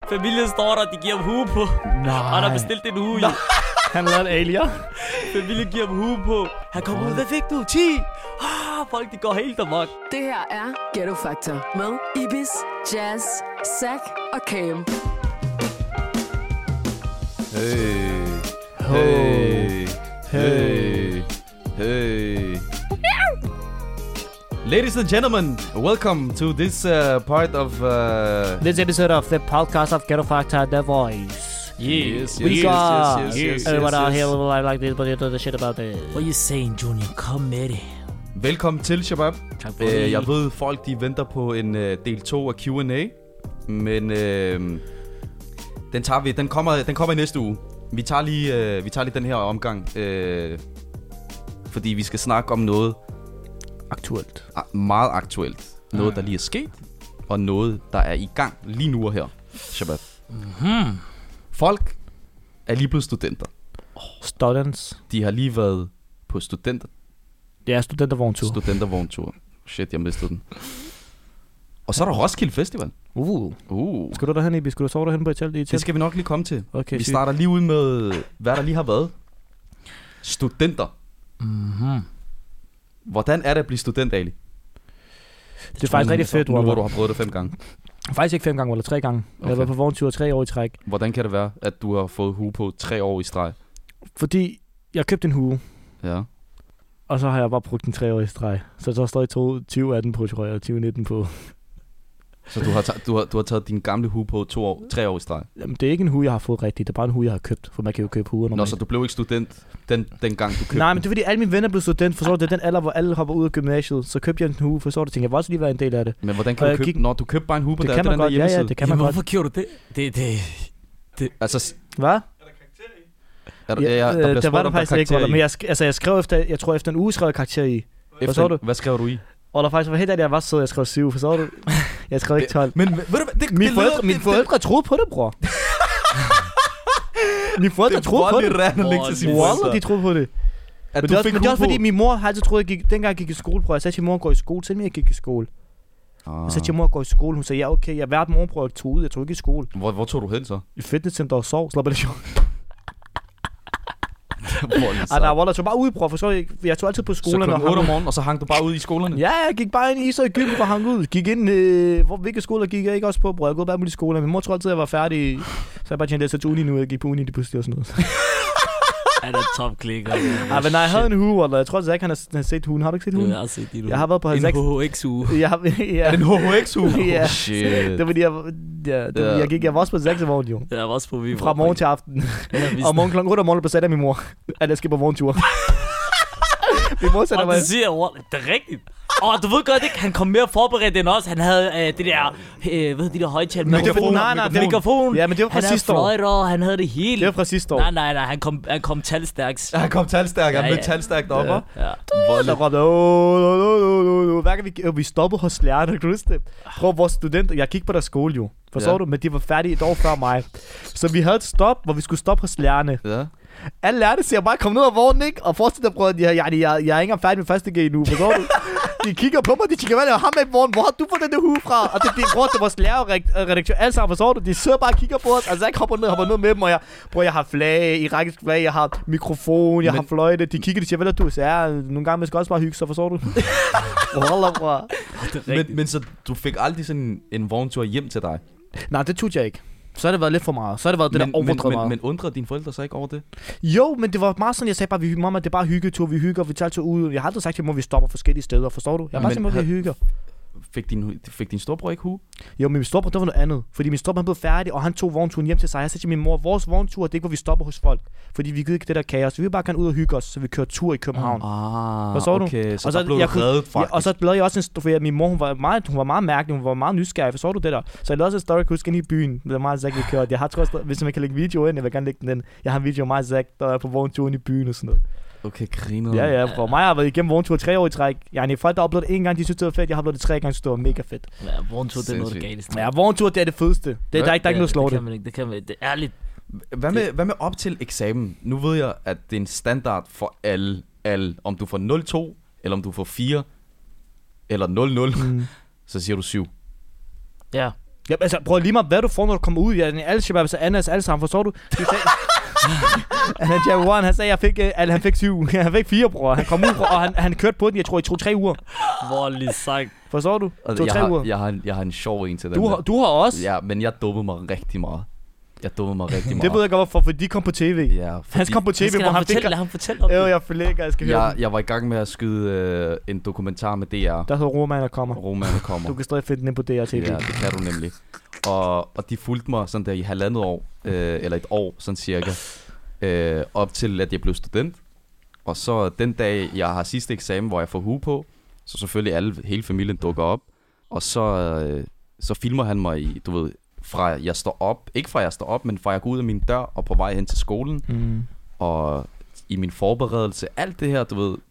Familien står der, de giver ham hue på. Nej. Og han har bestilt en hue, jo. Han lavede en alien. Familien giver ham hue på. Han kommer ud, hvad fik du? 10? Folk, de går helt amok. Det her er Ghetto Factor med Ibis, Jazz, Zack og Cam. Hey. Hey. Hey. Hey. Ladies and gentlemen, welcome to this part of... This episode of the podcast of Ghetto Factor, The Voice. Yes, We got yes. everybody out here like this, but you do the shit about this. What you saying, Junior? Kom med det. Velkommen til, Shabab. Tak for det. Jeg ved, folk de venter på en del 2 af Q&A, men den tager vi. Den kommer i næste uge. Vi tager lige den her omgang, fordi vi skal snakke om noget Aktuelt. meget aktuelt. Noget, der lige er sket, og noget, der er i gang lige nu og her. Shabab. Mm-hmm. Folk er lige blevet studenter. Students. De har lige været på Det er studentervogntur. Shit, jeg mistede den. Og så er der Roskilde Festival. Skal du derhen, Ibi? Skal du sove derhen på et telt? Det skal vi nok lige komme til. Okay, vi starter lige ud med, hvad der lige har været. Studenter. Mm-hmm. Hvordan er det at blive student, Ali? Det er faktisk rigtig fedt, nu hvor du har prøvet det 5 gange. Faktisk ikke 5 gange, eller 3 gange. Jeg har været på vogntur 3 år i træk. Hvordan kan det være, at du har fået hue på 3 år i streg? Fordi jeg købte en hue, Ja. og så har jeg bare brugt den 3 år i streg. Så der står i 2018 på, tror jeg, og 2019 på. Så du har taget din gamle hue på 3 år i streg? Jamen, det er ikke en hue, jeg har fået rigtigt. Det er bare en hue, jeg har købt. For man kan jo købe huer normalt. Nå, så du blev ikke student den gang, du købte? Nej, men det er fordi alle mine venner blev student. Forstår du, det er den alder, hvor alle hopper ud af gymnasiet. Så købte jeg en hue, forstår du, tænkte jeg vil også lige være en del af det. Men hvordan kan du købe? Når du købte bare en hue på det kan man godt, ja, det kan man godt. Hvorfor gjorde du det? Det. Altså, hvad? Der var der faktisk ikke, men jeg skrev efter en uge skrev jeg karakter i. Forstår du? Hvad skrev du i? Og der faktisk var helt af det, jeg var sød, jeg skrev 7, forstår du? Jeg skrev ikke 12. Men ved du hvad, mine forældre troede på det, bror. Mine forældre troede på det. Wallah, de troede på det. Men det er også fordi, min mor har altid troet, dengang jeg gik i skole, bror. Jeg sagde til mor, går i skole, selvom jeg gik i skole. Jeg sagde til mor, går i skole. Hun sagde, ja, okay, jeg hvert morgen, bror, jeg tog ikke i skole. Hvor tog du hen så? I fitnesscenter og sov, slap af det sjovt. Jeg tog bare ud, bror, for jeg tog altid på skolerne. Så klokken 8 om morgenen, og så hang du bare ud i skolerne? Ja, jeg gik bare ind i Ishøj Gym og hang ud. Gik ind, hvilke skoler gik jeg ikke også på, bror? Jeg gik bare på de skoler. Min mor tror altid, jeg var færdig. Så jeg bare tænkte, at jeg til uni nu, jeg gik på uni, det pludselig og sådan noget. Er det top-klikker? Men nej, jeg havde en hue, eller jeg tror ikke, han har set huen. Har du ikke set huen? Jeg har set din hue. Jeg har været på en HHX-hue. Ja. Er det en HHX-hue? Ja. Shit. Det var fordi, jeg var også på 6 vogn, jo. Jeg var også på vi. Fra morgen til aften. Og morgen kl. 8 om morgenen blev sat af min mor, at jeg skal på vogntur. Min mor sagde, det siger, det er rigtigt. Du ved godt ikke, han kom mere forberedt end os. Han havde det der, de der højtaler. Mikrofon. Ja, men det var fra sidste år. Han havde fløjter, han havde det hele. Det var fra sidste år. Nej, han kom talstærkt. Han kom talstærkt, han blev talstærkt op. Ja. Der råbte, hver gang vi stoppede hos lærerne, kan du huske det? Prøv vores studenter, jeg gik på der skole jo. Forstår du? Men de var færdige et år før mig. Så vi havde et stop, hvor vi skulle stoppe hos lærerne. Ja. Alle lærerne siger bare, kom ned af vognen, ikke? Og fortsætter, bror, jeg er ikke engang færdig med første G nu, forstår du? De kigger på mig, de kigger, hvad er ham med i vognen? Hvor har du fået den der hue fra? Og det er vores lærerredaktør, alle sammen, forstår du? De sidder bare og kigger på os, altså jeg hopper ned med dem, og jeg har flag, irakisk flag, jeg har mikrofon, jeg har fløjte. De kigger, de siger, hvad er du? Så nogle gange, man skal også bare hygge sig, forstår du? Wallah, bror. Men så du fik aldrig sådan en vogntur hjem til dig? Nej, det turde jeg ikke. Så har det været lidt for meget. Så har det været det der overdrevet meget. Men undrede dine forældre så ikke over det? Jo, men det var meget sådan, jeg sagde bare, mamma, det er bare hyggetur, vi hygger, vi tager altid ud. Jeg har aldrig sagt til mor, vi stopper forskellige steder, forstår du? Jeg har bare sagt, at vi hygger. Fik din storebror ikke hue? Jo, men min storebror, det var noget andet. Fordi min storebror, han blev færdig, og han tog vognturen hjem til sig. Jeg sagde til min mor, vores vogntur, det er ikke, hvor vi stopper hos folk. Fordi vi gider ikke det der kaos. Vi vil bare gerne ud og hygge os, så vi kører tur i København. Okay, så der blev du reddet faktisk. Ja, og så lavede jeg også en story, min mor, hun var meget mærkelig, hun var meget nysgerrig, forstår du det der? Så jeg lavede også en story, huske, i byen, det er meget Zack, vi kørte. Jeg har tror, hvis man kan lægge video ind, jeg vil gerne lægge den. Jeg har en video af mig, Zack, der er på vognturen i byen og sådan noget. Okay, griner. Ja, for mig har været igennem vogntur 3 år i træk. Folk, der har oplevet det 1 gang, de synes, det var fedt. Jeg har oplevet det 3 gange, synes det var mega fedt. Ja, vogntur, det er noget, det galeste. Ja, vogntur, det er det fedeste. Der er ikke noget slår det. Det kan man ikke. Det er ærligt. Hvad med op til eksamen? Nu ved jeg, at det er en standard for alle. Om du får 0,2, eller om du får 4, eller 0,0, så siger du 7. Ja. Ja, altså, prøv lige meget, hvad du får, når du kommer ud. Ja, alle shabab, så Anas, alle sammen, forstår du? Jawan, han sagde, han fik 7. Han fik 4, bror. Han kom ud, bror, og han kørte på den, jeg tror, i 2-3 uger. Voldeligt sagt. Forstår du? 2-3 uger. Jeg har en sjov en til den Du har også? Ja, men jeg dummede mig rigtig meget. Det ved jeg godt, hvorfor, for de kom på tv. Ja, han kom på tv, hvor han fik... Lad ham fortælle om det. Jeg forlægger, jeg skal høre jeg var i gang med at skyde en dokumentar med DR. Der hedder Romaner kommer. Du kan stadig finde den på DR TV. Ja, det kan du nemlig. Og de fulgte mig sådan der i 1,5 år, eller et år, sådan cirka, op til, at jeg blev student. Og så den dag, jeg har sidste eksamen, hvor jeg får hue på, så selvfølgelig hele familien dukker op. Og så filmer han mig i, du ved, fra jeg står op, ikke fra jeg står op, men fra jeg går ud af min dør og på vej hen til skolen. Og i min forberedelse, alt det her, du ved,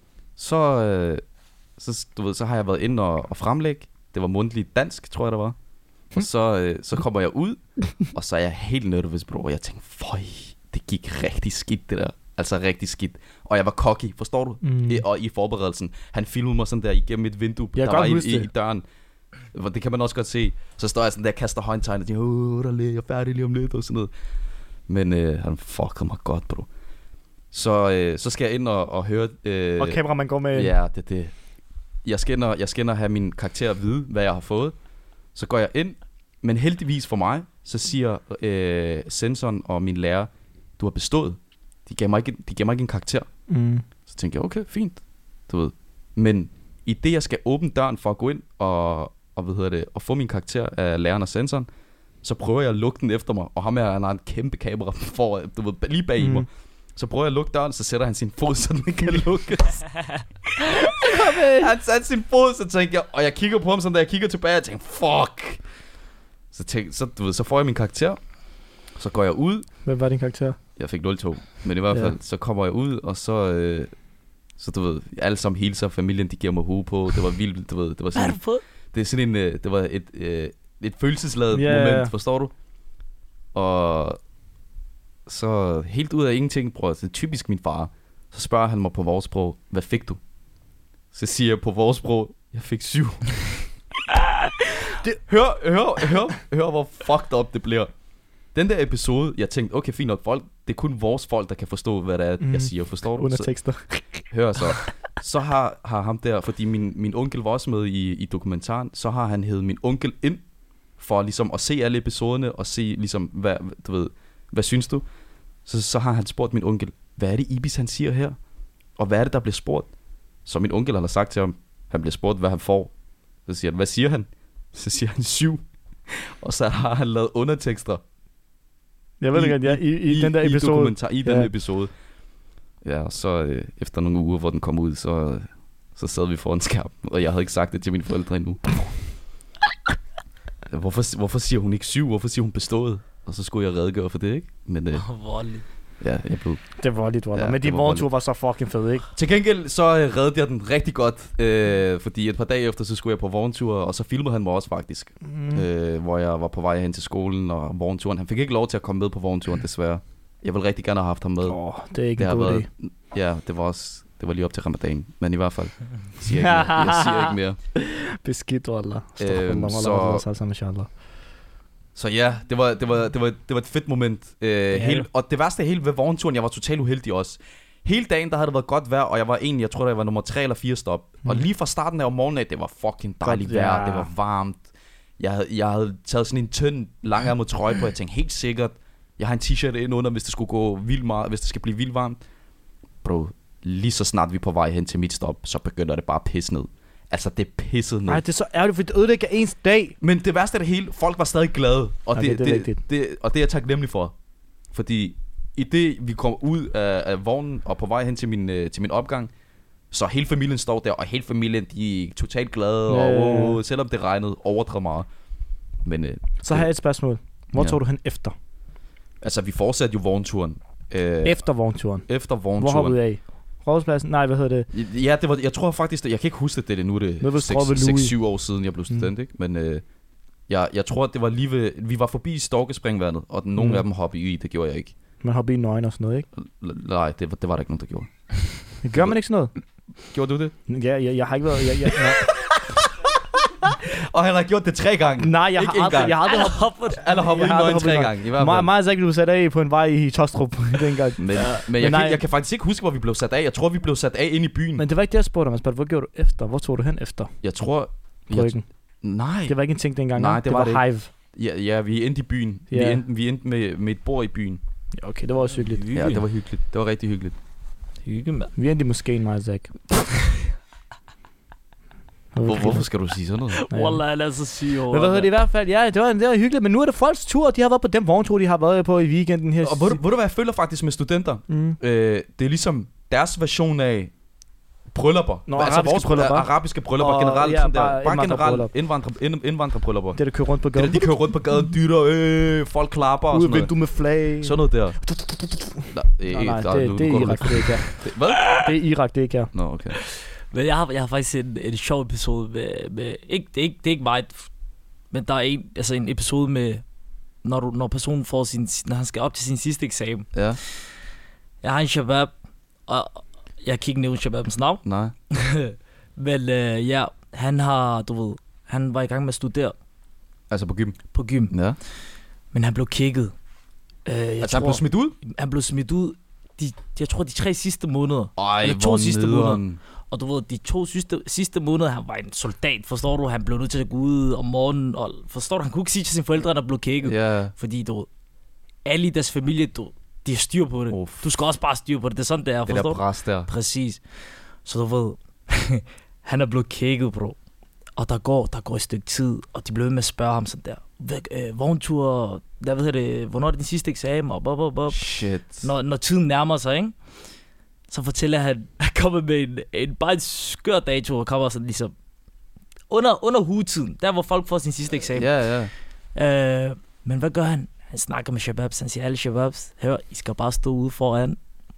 så har jeg været inde og fremlægge. Det var mundtligt dansk, tror jeg det var. Og så kommer jeg ud, og så er jeg helt nervøs, bro. Jeg tænkte, føj, det gik rigtig skidt, det der. Altså rigtig skidt. Og jeg var cocky, forstår du? Og i forberedelsen. Han filmede mig sådan der igennem et vindue, der var i døren. Det kan man også godt se. Så står jeg sådan der, kaster håndtegn og siger, jeg er færdig lige om lidt og sådan noget. Men han fuckede mig godt, bro. Så skal jeg ind og høre... og kameraman går med... Ja, det. Jeg skal ind og have min karakter at vide, hvad jeg har fået. Så går jeg ind, men heldigvis for mig, så siger sensoren og min lærer, du har bestået. De gav mig ikke en karakter. Så tænker jeg, okay, fint. Du ved. Men i det, jeg skal åbne døren for at gå ind og få min karakter af læreren og sensoren, så prøver jeg at lukke den efter mig, og ham her, han har en kæmpe kamera for, du ved, lige bag i mig. Så prøver jeg at lukke døren, så sætter han sin fod, så den kan lukkes. Han satte sin fod, så tænker jeg, og jeg kigger på ham, sådan da jeg kigger tilbage, og tænker, fuck. Så får jeg min karakter, så går jeg ud. Hvad var din karakter? Jeg fik 0,2, men i hvert fald, så kommer jeg ud, og så du ved, alle sammen hilser, familien, de giver mig hue på, det var vildt, du ved, det var sådan. Hvad har du fået? Det er sådan det var et følelsesladet moment, forstår du? Og så helt ud af ingenting, bror, det er typisk min far. Så spørger han mig på vores sprog, hvad fik du? Så siger jeg på vores sprog, jeg fik 7. Hør, hvor fucked up det bliver. Den der episode, jeg tænkte, okay, fint nok, folk, det er kun vores folk, der kan forstå, hvad det er, jeg siger, forstår du? Undertekster. Hør så. Så har ham der, fordi min onkel var også med i dokumentaren, så har han hævet min onkel ind, for ligesom at se alle episoderne, og se ligesom, hvad synes du? Så har han spurgt min onkel, hvad er det Ibis han siger her? Og hvad er det der bliver spurgt? Så min onkel har sagt til ham, han bliver spurgt, hvad han får. Så siger han, hvad siger han? Så siger han 7. Og så har han lavet undertekster. Jeg ved ikke, i den der episode. I den episode. Ja, og så efter nogle uger, hvor den kom ud, så sad vi foran skærm, og jeg havde ikke sagt det til mine forældre endnu. Hvorfor siger hun ikke 7? Hvorfor siger hun bestået? Og så skulle jeg redegøre for det, ikke? Men voldeligt. Ja, jeg blev... Det var lidt voldeligt. Men din morgentur var så fucking fed, ikke? Til gengæld så reddede jeg den rigtig godt, fordi et par dage efter, så skulle jeg på vogntur, og så filmede han mig også faktisk. Hvor jeg var på vej hen til skolen og vognturen. Han fik ikke lov til at komme med på vognturen, desværre. Jeg ville rigtig gerne have haft ham med. Det er ikke en god idé. Ja, det var lige op til Ramadan. Men i hvert fald, jeg siger ikke mere. Beskidt, wallah. Så ja, det var et fedt moment. Og det værste hele ved vognturen, jeg var totalt uheldig også. Hele dagen, der havde det været godt vejr, og jeg tror, jeg var nummer 3 eller 4 stop. Og lige fra starten af om morgenen, det var fucking dejligt vejr, det var varmt. Jeg havde taget sådan en tynd, langærmet trøje på, jeg tænkte helt sikkert, jeg har en t-shirt ind under, hvis det skulle gå vildt meget, hvis det skal blive vildt varmt. Bro, lige så snart vi er på vej hen til mit stop, så begynder det bare at pisse ned. Altså, det pissede ned. Nej, det er så ærgerligt, for det ødelægger ens dag. Men det værste af det hele, folk var stadig glade. Og ja, det er jeg taknemmelig for. Fordi i det, vi kom ud af vognen og på vej hen til min opgang, så hele familien står der, og hele familien, de er totalt glade, og selvom det regnede, overdrev meget. Men, så har jeg et spørgsmål. Hvor tog du hen efter? Altså, vi fortsatte jo vognturen. Efter vognturen? Efter vognturen. Hvor hoppede af? Rådhuspladsen? Nej, hvad hedder det? Ja, det var, jeg tror faktisk, jeg kan ikke huske det nu er det 6-7 år siden, jeg blev student, ikke? Men jeg tror, det var lige ved, vi var forbi Storkespringvandet, og nogle af dem hoppede i, det gjorde jeg ikke. Man hoppede i nøgen og sådan noget, ikke? Nej, det var der ikke nogen, der gjorde. Gør man ikke sådan noget? Gjorde du det? Ja, jeg har ikke været... Og han har gjort det 3 gange. Nej, jeg har aldrig hoppet. Alle har hoppet i nøgen 3 gange. I hvert fald. Mig og Zach blev sat af på en vej i Tostrup dengang. Men jeg kan faktisk ikke huske, hvor vi blev sat af. Jeg tror, vi blev sat af inde i byen. Men det var ikke det, jeg spurgte om. Hvor gjorde du efter? Hvor tog du hen efter? Jeg tror... Nej. Det var ikke en ting dengang. Nej, det var Hive. Ja, vi endte i byen. Yeah. Vi endte med et bord i byen. Ja, okay, det var også hyggeligt. Ja, det var hyggeligt. Det var rigtig hyggeligt. Hyggeligt, mand. Vi endte i moskeen, mig og Zach. Hvorfor skal du sige sådan noget? Wallah, lad os sige over. Men hvad hedder det i hvert fald? Ja, det var hyggeligt. Men nu er det folks tur. De har været på den vogntur, de har været på i weekenden her. Og ved du hvad jeg føler faktisk med studenter? Det er ligesom deres version af bryllupper. Arabiske bryllupper generelt. Ja, bare generelt indvandrerbryllupper. Det der kører rundt på gaden. De kører rundt på gaden, dytter, folk klapper og sådan noget. Ude med flag. Sådan noget der. Nej, det er Irak, det er ikke her. Hvad? Det er Irak, det er ikke her. Nå, okay. Men jeg har faktisk en sjov episode med det er ikke meget, men der er en episode med når personen får når han skal op til sin sidste eksamen. Ja. Jeg har en shabab, og jeg kan ikke nævne shababens navn. Nej. Men han har, han var i gang med at studere. Altså på gym? På gym. Ja. Men han blev kicket. Han blev smidt ud? Han blev smidt ud, jeg tror de 3 sidste måneder. Eller 2 sidste måneder. Og du ved, de 2 sidste måneder, han var en soldat, forstår du? Han blev nødt til at gå ud om morgenen, og forstår du, han kunne ikke sige til sine forældre, at han blev kicket. Yeah. Fordi alle i deres familie, de har styr på det. Du skal også bare styr på det, det er sådan, det er, forstår du? Det der pres der. Præcis. Så du ved, han er blevet kicket, bro. Og der går et stykke tid, og de blev ved med at spørge ham sådan der, vogntur, hvornår er det din sidste eksamen, og Shit. Når tiden nærmer sig, ikke? Så fortæller han kommer med bare en skør dato, og kommer sådan ligesom under hugetiden, der hvor folk får sin sidste eksamen. Ja. Men hvad gør han? Han snakker med shababs, han siger alle shababs, hør, I skal bare stå ude foran.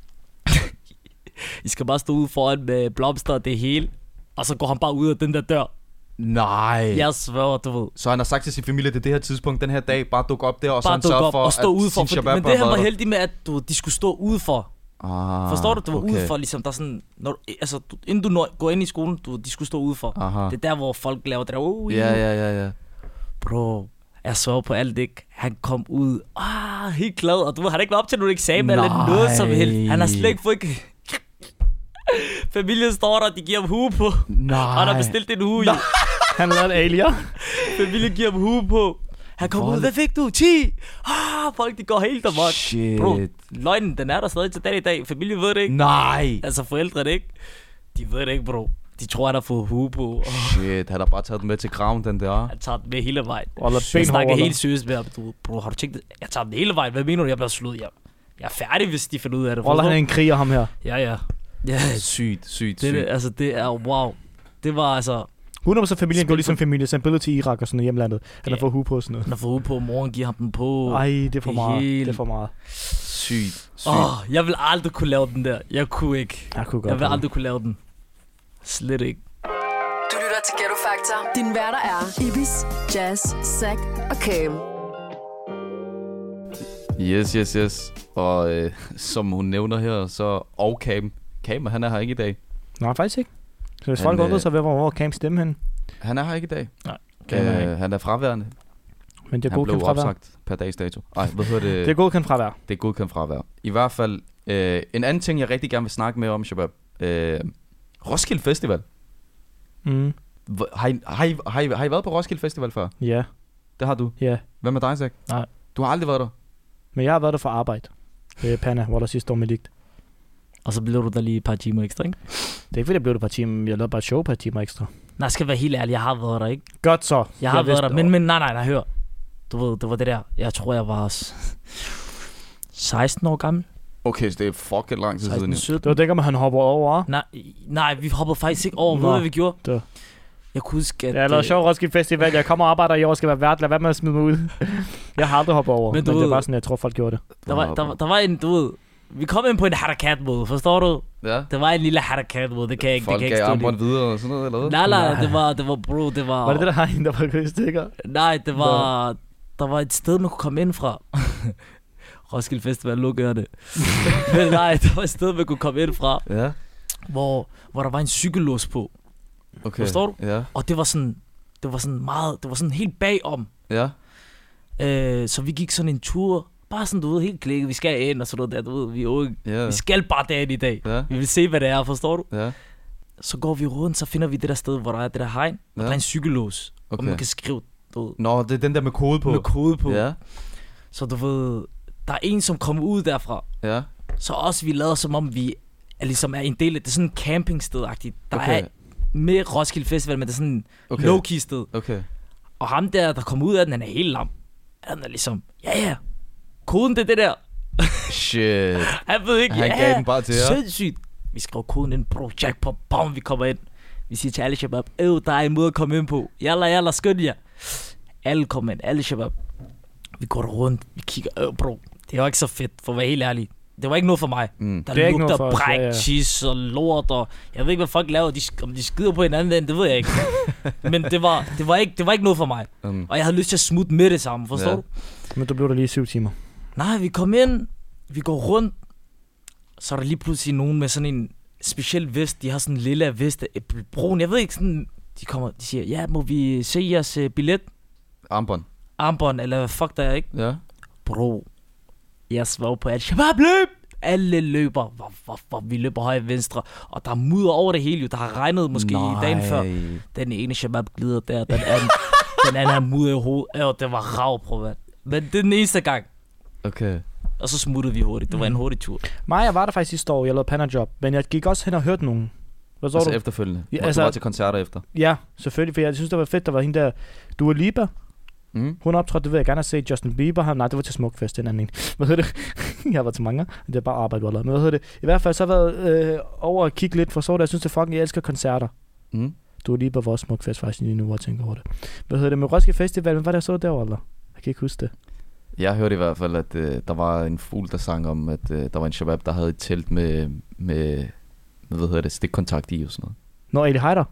I skal bare stå ude foran med blomster og det hele. Og så går han bare ud af den der dør. Nej. Jeg sværger, du ved. Så han har sagt til sin familie, det her tidspunkt, den her dag, bare dukke op der, og sådan sørge for, og stå udenfor, sin shabab. Men det han var heldig med, at de skulle stå udenfor. Forstår du? Du var okay. udenfor, ligesom der sådan, inden du går ind i skolen, de skulle stå udenfor. Det er der, hvor folk laver det der. Ja. Bro, jeg så på alt, ikke? Han kom ud, helt glad, og du ved, han har ikke været op til nogen eksamen eller noget som helst. Han har slet ikke fået familien står der, de giver ham hue på. Nej. Og han har bestilt en hue. Han lavede en alien. Familien giver ham hue på. Han kom ud, hvad fik du? 10! Folk, de går helt amok. Shit. Bro, løgnen, den er der stadig til dag i dag. Familien ved det ikke. Nej. Altså forældrene ikke. De ved det ikke, bro. De tror, han har fået hue på. Shit, han har bare taget den med til graven, den der. Han tager den med hele vejen. Jeg snakker helt seriøst med ham. Bro, har du tjekket det? Jeg tager den hele vejen. Hvad mener du, jeg bliver slået? Jeg er færdig, hvis de finder ud af det. Roller, han er en kriger, ham her. Ja. Sygt. Altså, det er wow. Det var altså... 100% familien går ligesom familie, så en billede til Irak og sådan noget hjemlandet. Han har fået hue på sådan noget. Han har fået hue på, moren giver ham den på. Ej, det er for meget. Det er for meget. Sygt. Jeg vil aldrig kunne lave den der. Jeg kunne ikke. Jeg vil aldrig kunne lave den. Slet ikke. Du lytter til Ghetto Factor. Din værter er Ibis, Jazz, Zack og Cam. Yes. Og som hun nævner her, så og Cam, han er her ikke i dag. Nej, faktisk ikke. Så hvis folk undrer sig, hvor Cam stemme hen? Han er her ikke i dag. Nej, han er fraværende. Men det er godkendt fravær. Han blev opsagt per dags dato. Hvad hedder det? Det er godkendt fravær. Det er godkendt fravær. I hvert fald, en anden ting, jeg rigtig gerne vil snakke med om, Shabab. Roskilde Festival. Har I været på Roskilde Festival før? Ja. Det har du? Ja. Hvad med dig, Zack? Nej. Du har aldrig været der? Men jeg har været der for arbejde. Panna, hvor der sidste år med ligt. Og så blev du der lige et par timer ekstra, ikke? Det er ikke fordi, jeg blev der et par timer. Jeg lavede bare et show på et timer ekstra. Nej, jeg skal være helt ærlig. Jeg har været der, ikke? Godt så. Jeg har været der. Men nej, hør. Du ved, det var det der. Jeg tror, jeg var 16 år gammel. Okay, så det er fucking lang tid siden. Det var dengang, han hopper over. Nej, vi hoppede faktisk ikke over. Ved du, hvad vi gjorde? Det. Jeg kunne huske, at... Jeg lavede sjov Roskilde Festival. Jeg kommer og arbejder i år, skal være vært. Lad være med at smide mig ud. Jeg har aldrig hoppet over. Men det er bare sådan, jeg tror, folk gjorde det. Der var en, du ved... Vi kom ind på en harakat-måde, forstår du? Ja. Det var en lille harakat-måde, det kan jeg ikke stå. Folk gav armbånd videre og sådan noget, eller hvad? Nej, det var bro, det var... Var det der herinde, der var kødstikker? Nej, det var... Der var et sted, man kunne komme ind fra. Roskilde Festival lukkede det. Men nej, der var et sted, man kunne komme ind fra. Ja. Hvor der var en cykellås på. Okay. Forstår du? Ja. Og det var sådan... det var sådan meget, det var sådan helt bagom. Ja. Så vi gik sådan en tur, bare sådan, du ved, helt klikket, vi skal ind og sådan noget der, du ved, vi er unge. Ja. Vi skal bare derind i dag. Ja. Vi vil se, hvad det er, forstår du? Ja. Så går vi rundt, så finder vi det der sted, hvor der er det der hegn, og der er en cykellås, og man kan skrive, du ved, Nå, det er den der med kode på. med kode på. Ja. Så du ved, der er en, som kommer ud derfra. Ja. Så også vi lader som om vi ligesom er en del af det, er sådan en campingsted-agtigt. Der Okay. er med Roskilde Festival, men det er sådan en low-key sted. Okay. Og ham der kommer ud af den, han er helt lam. Han er ligesom, ja, koden det er det der. Shit. Han ved ikke, Han gav den bare til jer. Sindssygt. Vi skriver koden ind, bro, jackpot, bam, vi kommer ind. Vi siger til alle shabab, der er en måde at komme ind på. Yalla, skynd jer. Alle kommer ind, alle shabab. Vi går rundt, vi kigger, bro, det var ikke så fedt, for at være helt ærlig. Det var ikke noget for mig. Der lugter bræk, cheese og lort, og jeg ved ikke, hvad folk laver. Om de skider på hinanden, det ved jeg ikke. Men det var ikke noget for mig. Og jeg havde lyst til at smutte med det samme, forstår du? Men du blev der lige 7 timer. Nej, vi kom ind, vi går rundt, så er der lige pludselig nogen med sådan en speciel vest. De har sådan en lille vest, brun, jeg ved ikke sådan. De siger, ja, må vi se jeres billet? Armbånd, eller fuck der, ikke? Ja. Bro, jeg svarer på alt. Shabab, løb! Alle løber. Vi løber højre venstre. Og der er mudder over det hele. Der har regnet måske dagen før. Den ene shabab glider der. Den anden har mudder i hovedet. Det var rav, prøv at. Men det er den eneste gang. Okay. Og så smuttede vi hurtigt. Det var en hurtig tur. Jeg var der faktisk sidste år. Jeg lavede panderjob. Men jeg gik også hen og hørte nogen. Hvad så altså du? Efterfølgende? Ja, altså, du var til koncerter efter? Ja, selvfølgelig. For jeg synes, det var fedt. Der var hende der Dua Lipa. Hun optrådte, det vil jeg gerne have set. Justin Bieber, nej, det var til Smukfest, den anden. Hvad hedder det? Jeg har været til mange, det er bare arbejde, eller men hvad hedder det? I hvert fald så har jeg været over at kigge lidt for så, jeg synes det fucking, jeg elsker koncerter. Dua Lipa var også Smukfest faktisk lige nu, hvor jeg tænker over det. Hvad hedder det? Med Roskilde Festival, hvad var det, jeg så derovre, eller? Jeg kan ikke huske det. Jeg hørte i hvert fald, at der var en fugl, der sang om, at der var en shabab, der havde et telt med hvad hedder det, stikkontakt i og sådan noget. Nå, Eddie Heider.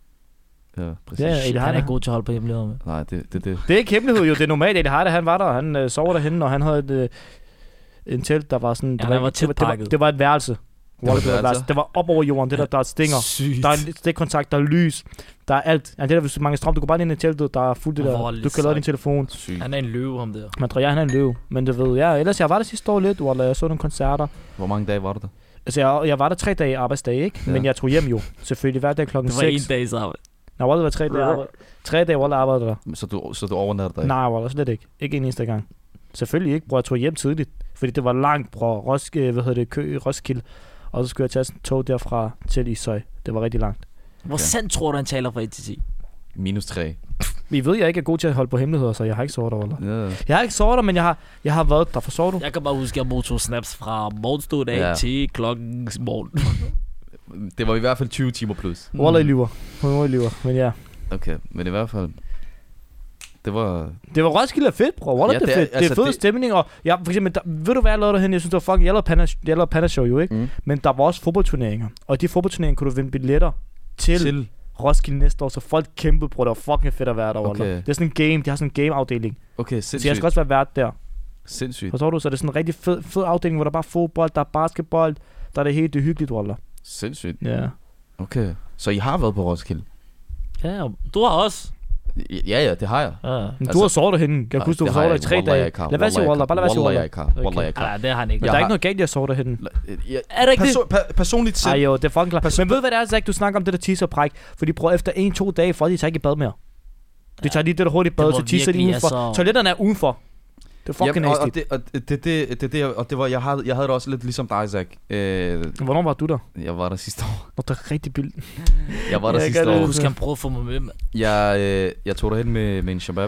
Ja, præcis. Ja, han er ikke god til at holde på hemmeligheder med. Nej, det. Det er ikke hemmelighed jo, det er normalt. Eddie Heider, han var der, han sover derhenne, og han havde en telt, der var sådan... Det var et værelse. Det var op over jorden, det der er stinger. Sygt. Der er stikkontakt, der er lys, der er alt. Ja, det der, hvis du mangler strøm, du går bare ind i teltet, der er fuldt det der. Du kan lade din telefon. Sygt. Han er en løve, ham der. Man tror, han er en løve. Men det ved jeg. Ellers, jeg var der sidste år lidt, hvor jeg så nogle koncerter. Hvor mange dage var du der? Altså, jeg var der 3 dage arbejdsdage, ikke? Ja. Men jeg tog hjem jo. Selvfølgelig hver dag klokken 6. Det var 1 dags arbejde. Nej, det var 3 dage arbejde. 3 dage, hvor jeg arbejdede der. Så du overnatter dig? Nej, var slet ikke. Ikke en eneste gang. Selvfølgelig ikke, bror. Jeg tog hjem tidligt. Fordi det var langt, bror. Roskilde. Og så skulle jeg tage sådan et tog derfra til Ishøj. Det var rigtig langt. Hvor sandt tror du, han taler fra 1 til 10? -3. Vi ved, jeg ikke er god til at holde på hemmeligheder, så jeg har ikke sovet der, eller? Yeah. Jeg har ikke sovet der, men jeg har været der. Forstår du? Jeg kan bare huske, at jeg modtog snaps fra morgenstund af til klokken morgen. Det var i hvert fald 20 timer plus. Wallah, I lyver. Men ja. Okay, men i hvert fald... Det var Roskilde er fedt, bror. Wallah, det er fedt. Det er fed stemning, og ja, for eksempel, ved du hvad jeg lavede derhen? Jeg synes, det var fucking... Jeg lavede Panda-show jo, ikke? Men der var også fodboldturneringer. Og de fodboldturneringer kunne du vinde billetter til Roskilde næste år, så folk kæmpede, bror. Det var fucking fedt at være der, okay. Det er sådan en game. De har sådan en game-afdeling. Okay, sindssygt. Så jeg skal også være vært der. Sindssygt. Forstår du? Så det er sådan en rigtig fed afdeling, hvor der er bare fodbold, der er basketball, der er det helt hyggeligt, wallah. Sindssygt. Ja. Okay, så I har været på Roskilde? Ja, du har også. Ja, det har jeg. Ja. Men du har sovet derhenne. Jeg husker, du sovet der i 3 dage. Lad være sige wallah. Bare lad være sige wallah. Wallah, jeg kan. Nej, det har han ikke. Men der er ikke noget galt i at sove derhenne. Er det ikke det? Personligt set. Ej jo, det er fucking klart. Men ved du hvad det er, Zach? Du snakker om det der teaserpræk. Fordi prøv efter 1-2 dage, folk de tager ikke i bad mere. De tager lige det der hurtigt bad, så teaser de udenfor. Toiletterne er udenfor. Det er fucking nasty. Og det var, jeg havde det også lidt ligesom dig, Zach. Hvornår var du der? Jeg var der sidste år. Nå, det er rigtig billigt. Jeg var der sidste år. Jeg husker, han prøvede at få mig med. Jeg tog derhen med en shabab.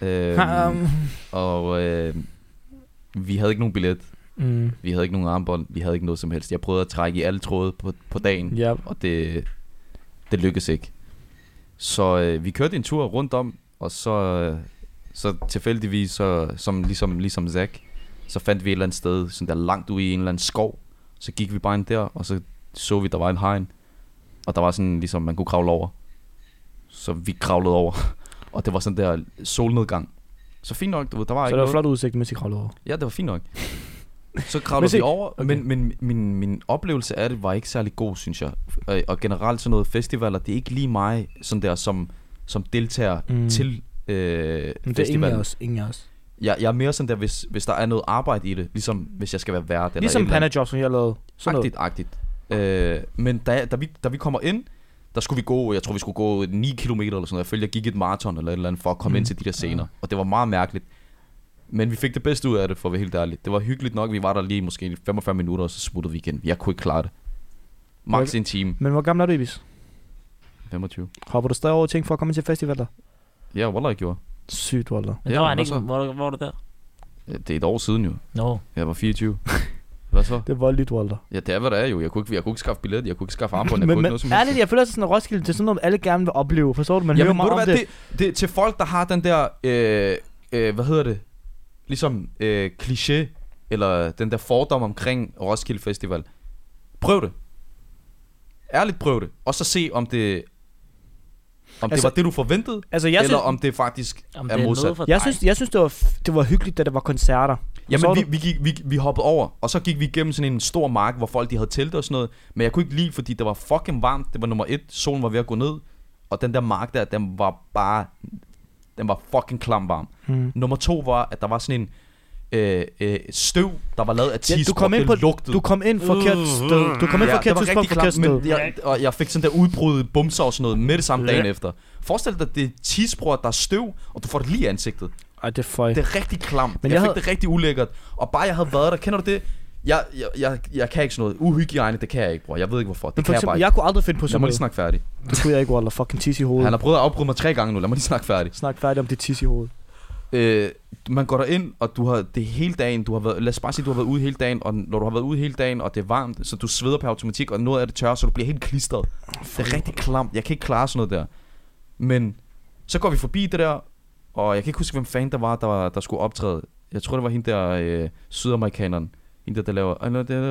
Og vi havde ikke nogen billet. Vi havde ikke nogen armbånd. Vi havde ikke noget som helst. Jeg prøvede at trække i alle tråde på dagen. Og det lykkedes ikke. Så vi kørte en tur rundt om. Og så tilfældigvis, som ligesom Zach, så fandt vi et eller andet sted, sådan der langt ude i en eller anden skov. Så gik vi bare ind der, og så vi, der var en hegn. Og der var sådan, ligesom man kunne kravle over. Så vi kravlede over. Og det var sådan der solnedgang. Så fint nok, der var ikke. Så det var flot udsigt, mens I kravlede over. Ja, det var fint nok. Så kravlede vi over, okay. Men min oplevelse af det var ikke særlig god, synes jeg. Og generelt sådan noget festivaler, det er ikke lige mig, sådan der som deltager til Men det er festivalen. ingen af os. Jeg er mere sådan der, hvis der er noget arbejde i det. Ligesom hvis jeg skal være vært. Eller Ligesom et eller andet. Panajob, som jeg lavede. Sådan noget. Men da vi kommer ind, der skulle vi gå, jeg tror vi skulle gå 9 kilometer eller sådan noget. Jeg følte, jeg gik et maraton eller et eller andet for at komme ind til de der scener. Og det var meget mærkeligt. Men vi fik det bedste ud af det, for at være helt ærligt. Det var hyggeligt nok, vi var der lige måske 45 minutter, og så smuttede vi igen. Jeg kunne ikke klare det. Max en time. Men hvor gammel er du, Ibis? 25. Hopper du stadig over ting for at komme til festivaler? Ja, wallah, jeg gjorde. Sygt, wallah. Men der var han ikke, hvor var det der? Det er et år siden jo. No. Jeg var 24. Hvad så? Det var lidt, wallah. Ja, det er hvad det er jo. Jeg kunne ikke skaffe billet, jeg kunne ikke skaffe armbånd, jeg kunne ikke noget som ærligt, jeg føler sig sådan en Roskilde til sådan noget, alle gerne vil opleve. Forstår du? Man hører meget om det. Til folk, der har den der, hvad hedder det? Ligesom kliché, eller den der fordom omkring Roskilde Festival. Prøv det. Ærligt prøv det. Og så se, om det var det, du forventede, eller om det faktisk er modsat. Jeg synes det var hyggeligt, da der var koncerter. Jamen, vi hoppede over, og så gik vi igennem sådan en stor mark, hvor folk de havde telte og sådan noget. Men jeg kunne ikke lide, fordi det var fucking varmt. Det var nummer 1, solen var ved at gå ned. Og den der mark der, den var fucking klam varm. Nummer 2 var, at der var sådan en støv, der var lavet af tis, du kom ind forkert sted. Du kom ind forkert tidspunkt, forkert sted. Og jeg fik sådan der udbrud bumser og sådan noget med det samme dagen efter. Forestil dig, at det er tis, bror, der er støv, og du får det lige i ansigtet. Ej, det er føj. Det er rigtig klamt. Jeg fik det rigtig ulækkert. Og bare jeg havde været der, kender du det? Jeg kan ikke sådan noget. Uhygiejne, det kan jeg ikke, bror. Jeg ved ikke hvorfor. Det kan jeg bare ikke. Jeg kunne aldrig finde på sådan noget. Lad mig lige snakke færdig. Det kunne jeg ikke, wallah. Fucking tis i hovedet. Han har prøvet at afbryde mig 3 gange nu. Lad mig lige snakke færdig. Snak færdig om det tis i hovedet. Man går derind, og du har det hele dagen. Lad os bare sige, du har været ude hele dagen. Og når du har været ude hele dagen, og det er varmt, så du sveder på automatik, og noget af det tør, så du bliver helt klistret. Det er rigtig klamt. Jeg kan ikke klare sådan noget der. Men så går vi forbi det der, og jeg kan ikke huske, hvem fanden der var, der skulle optræde. Jeg tror, det var hende der sydamerikaneren. Hende der laver...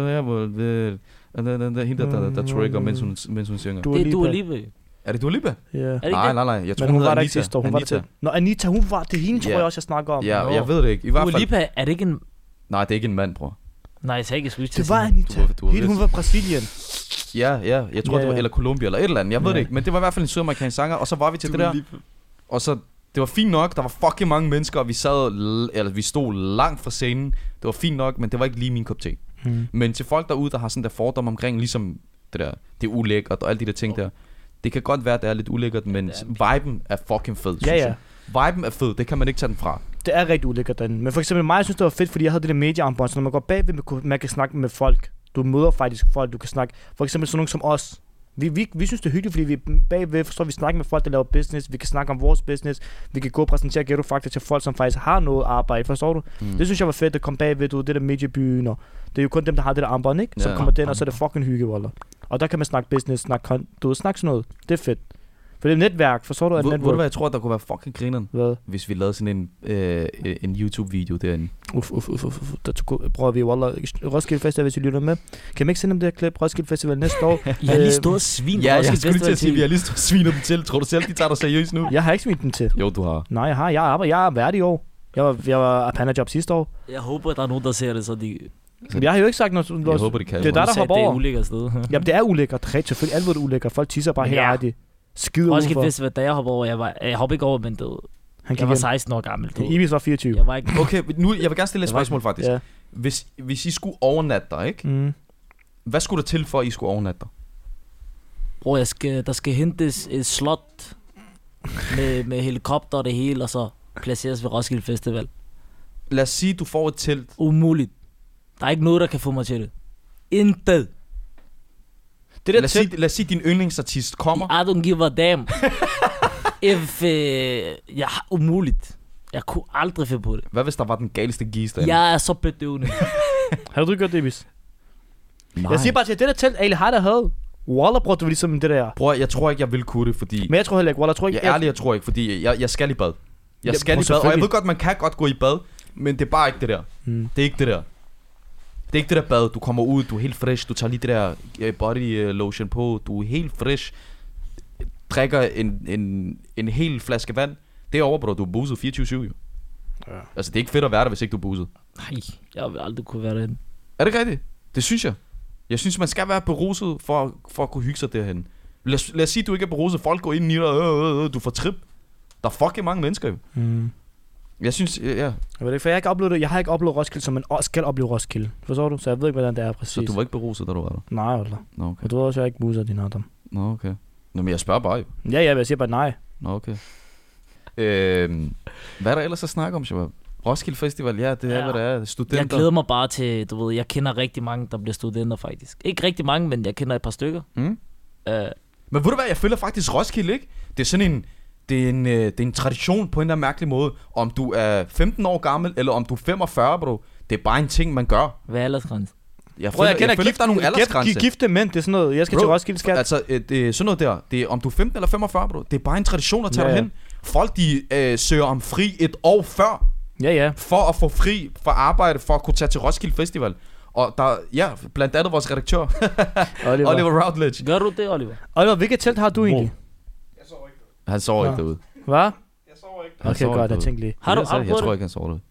Hende der trigger, mens hun synger. Det er Dua Lipa. Er det Dua Lipa? Ja. Nej. Jeg tror, men hun var der ikke sidste år. Anita, hun var... Det er hende, tror jeg også, jeg snakker om. Ja, jeg ved det ikke. I hvert fald... Dua Lipa, er det ikke en... Nej, det er ikke en mand, bror. Nej, jeg sagde ikke, jeg det var Anita. Hun var Brasilien. Ja. Jeg tror, det var eller Colombia eller et eller andet. Jeg ved det ikke. Men det var i hvert fald en sydamerikansk sanger. Og så var vi til det der. Og så... Det var fint nok. Der var fucking mange mennesker, og vi stod langt fra scenen. Det var fint nok, men det var ikke lige min kop te. Men til folk derude, der har sådan der fordom omkring, ligesom det der, det er ulækkert og alle de der ting der. Det kan godt være, at det er lidt ulækkert, men viben er fucking fed, synes jeg. Viben er fed, det kan man ikke tage den fra. Det er rigtig ulækkert den. Men for eksempel mig, jeg synes, det var fedt, fordi jeg havde det der mediearmbånd, så når man går bagved, man kan snakke med folk. Du møder faktisk folk, du kan snakke. For eksempel sådan nogle som os. Vi synes, det er hyggeligt, fordi vi bagved forstår, vi snakker med folk, der laver business. Vi kan snakke om vores business. Vi kan gå og præsentere Ghetto Factor til folk, som faktisk har noget arbejde. Forstår du? Det synes jeg var fedt, at komme bagved, det der mediebyen. Og det er jo kun dem, der har det der armbånd, ikke? Som kommer den, og så er det fucking hygge, wallah. Og der kan man snakke business, snakke sådan noget. Det er fedt. For det er netværk, forstår du? Ved du hvad, jeg tror, der kunne være fucking grineren? Hvad? Hvis vi lavede sådan en YouTube-video derinde. Der prøver vi, wallah, Roskilde Festival, hvis I lytter med. Kan man ikke sende dem det her klip, Roskilde Festival næste år? Jeg har lige stået og svinet Roskilde Festival til. Vi har lige stået og svinet dem til. Tror du selv, de tager dig seriøst nu? Jeg har ikke svinet dem til. Jo, du har. Nej, jeg har. Jeg er værdig i år. Jeg var Panajob sidste år. Jeg håber, der er nogen, der ser det, så de... Jeg har jo ikke sagt noget. Jeg håber, de kan. Det er der hopper over. Det er ulækkert sted. Jamen, det er ulækkert. Selvfølgelig, alt var det ulækkert. Folk tisser bare helt ærligt. Skider Roskilde Festival, da jeg hopper over, jeg hopper ikke over, men det jeg var 16 år gammel. Ibis var 24. Jeg var ikke... Okay, nu, jeg vil gerne stille et spørgsmål faktisk. Ja. Hvis I skulle overnatte dig, ikke? Hvad skulle der til for, at I skulle overnatte dig? Bror, der skal hentes et slot med helikopter og det hele, og så placeres ved Roskilde Festival. Lad os sige, du får et telt. Umuligt. Der er ikke noget, der kan få mig til det. Intet. Lad os sige, din yndlingsartist kommer. I don't give a damn. Umuligt. Jeg kunne aldrig finde på det. Hvad hvis der var den galeste gis derinde? Jeg er så bedøvende. Har du gjort det, Ibis? Nej. Jeg siger bare til, det der telt, Ali har der havde. Wallah, bror, du var ligesom det der. Bror, jeg tror ikke, jeg vil kunne det, fordi... Men jeg tror heller ikke, Wallah, tror ikke... Jeg tror ikke, fordi jeg skal i bad. Jeg skal i bad, og jeg ved godt, man kan godt gå i bad, men det er bare ikke det der. Det er ikke det der. Det er ikke det der bad, du kommer ud, du er helt frisk, du tager lige det der body lotion på, du er helt frisk, drikker en hel flaske vand. Det er over, bro, du er boozet 24/7 jo. Ja. Altså, det er ikke fedt at være der, hvis ikke du er boozet. Nej, jeg vil aldrig kunne være derinde. Er det rigtigt? Det synes jeg. Jeg synes, man skal være beruset for at kunne hygge sig derhen. Lad os sige, at du ikke er beruset. Folk går ind i dig, du får trip. Der er fucking mange mennesker jo. Jeg synes, ja. Jeg ved ikke, for jeg har ikke oplevet det. Jeg har ikke oplevet Roskilde, som man også skal opleve Roskilde. Forstår du? Så jeg ved ikke, hvordan det er præcis. Så du var ikke beruset, da du var der? Nej, eller. Nå, okay. Og du ved også, jeg er ikke muser din Adam. Nå, okay. Nå, men jeg spørger bare jo. Ja, jeg siger bare nej. Nå, okay. Hvad er der ellers at snakke om, Shabab? Roskilde Festival, ja, det er, hvad det er. Studenter. Jeg glæder mig bare til, du ved, jeg kender rigtig mange, der bliver studenter faktisk. Ikke rigtig mange, men jeg kender et par stykker. Men ved du hvad, jeg føler faktisk Roskilde, ikke? Det er sådan en... Det er en tradition på en eller anden mærkelig måde. Om du er 15 år gammel, eller om du er 45, bro. Det er bare en ting, man gør. Hvad er aldersgrænsen? Jeg føler, der er nogle aldersgrænser. Gifte mænd, det er sådan noget. Jeg skal til Roskilde, skat. Altså, det er sådan noget der. Det er, om du er 15 eller 45, bro. Det er bare en tradition at tage hen. Folk, de søger om fri et år før. Ja. For at få fri fra arbejde, for at kunne tage til Roskilde Festival. Og der, ja, blandt andet vores redaktør. Oliver Routledge. Gør du det, Oliver? Oliver, hvilket telt har du egentlig? Han sover ikke derude. Hvad? Jeg sover ikke. Okay, godt, jeg tænkte lige. Har du jeg tror ikke, han sover derude.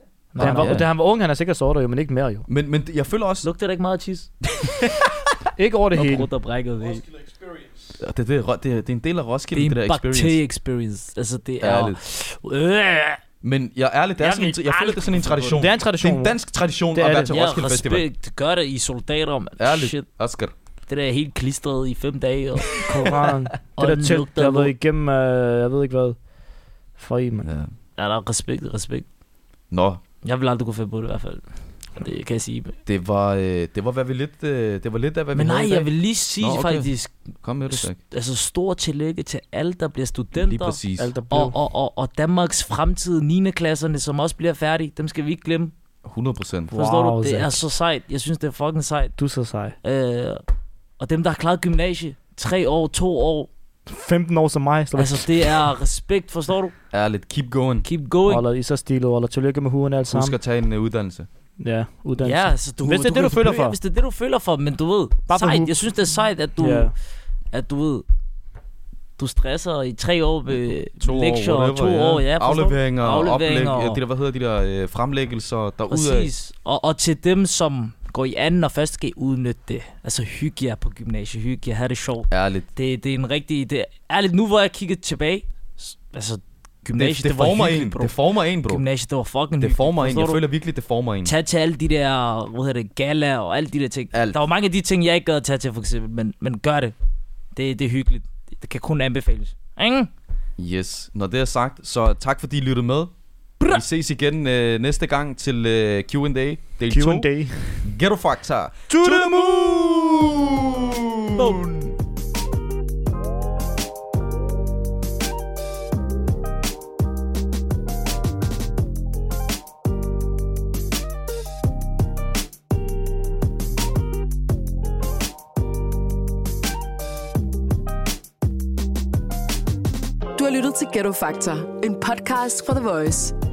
Da han var ung, han har sikkert sovet der jo, men ikke mere jo. Men jeg føler også... Lugter det ikke meget cheese? Ikke over det hele. Brudt og brækket det. Roskilde Experience. Det er en del af Roskilde, det der experience. Det er en experience. Altså, det er... Men jeg ærligt, jeg føler, det er sådan en tradition. Det er en tradition. Det er en dansk tradition at være til Roskilde Festival. Respekt. Gør det i soldater, man. Ærligt, Shit. Oscar. Det der er helt klistret i 5 dage. Og Koran. Det der telt, der har været igennem, jeg ved ikke hvad. For i, man. Ja, der er respekt. Nå. Jeg vil aldrig kunne finde på det i hvert fald. Det kan jeg sige. Det var hvad vi lidt, det var lidt af hvad vi men havde nej, i dag. jeg vil lige sige faktisk. Kom med det, tak. Altså stor tillykke til alle, der bliver studenter. Lige præcis. Alle, der bliver. Og Danmarks fremtidige 9. klasserne, som også bliver færdige. Dem skal vi ikke glemme. 100%. Forstår du? Det er så sejt. Jeg synes, det er fucking sejt. Du er så sej. Og dem, der har klaret gymnasie. 3 år, 2 år. 15 år som mig. Altså, det er respekt, forstår du? Ærligt, keep going. Keep going. Holder I så stilet, holder tillykke med huren alt sammen. Husk at tage en uddannelse. Ja, uddannelse. Ja, altså, hvis det er det, du føler for. Hvis det er det, du føler for, men du ved, bare sejt. Jeg synes, det er sejt, at du, at du ved, du stresser i 3 år ved 2 lektier og 2 år, ja. Afleveringer, oplæg, og de der, de der fremlæggelser derudad. Præcis. Og til dem, som går i 2. og 1. G, udnytte det. Altså hygge jer på gymnasiet, hygge jer, have det sjovt. Ærligt. Det er en rigtig... Ærligt, nu hvor jeg kigger tilbage, altså gymnasiet, det var hyggeligt, bro. Det former en, bro. Gymnasiet, det var fucking hyggeligt. Det former en, jeg føler virkelig, det former en. Tag til alle de der, hvad hedder det, gala og alle de der ting. Der var mange af de ting, jeg ikke gad at tage til, for eksempel, men gør det. Det er hyggeligt. Det kan kun anbefales. Yes. Når det er sagt, så tak fordi I lyttede med. Vi ses igen næste gang til Q&A del 2. Ghetto Factor. To the moon! Du har lyttet til Ghetto Factor, en podcast fra The Voice.